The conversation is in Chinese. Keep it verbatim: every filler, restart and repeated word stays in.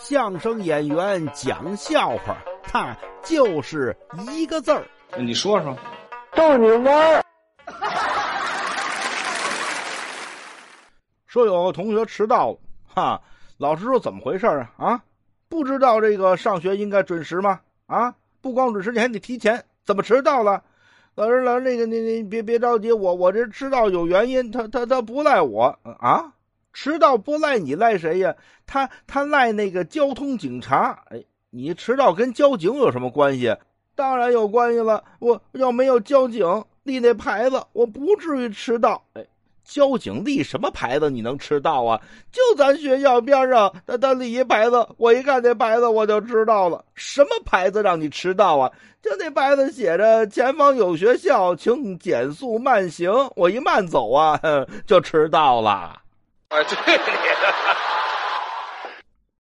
相声演员讲笑话，他就是一个字儿。 你说说。 逗你玩儿。 说有个同学迟到了，哈，老师说怎么回事啊？啊，不知道这个上学应该准时吗？啊，不光准时，你还得提前，怎么迟到了？老师，老师，那个你你别别着急，我我这迟到有原因，他他他不赖我啊，迟到不赖你，赖谁呀？他他赖那个交通警察。哎，你迟到跟交警有什么关系？当然有关系了，我要没有交警立那牌子，我不至于迟到。哎，交警立什么牌子你能迟到啊？就咱学校边上他他立一牌子，我一看那牌子我就知道了。什么牌子让你迟到啊？就那牌子写着前方有学校，请减速慢行，我一慢走啊就迟到了。 哎，对你的。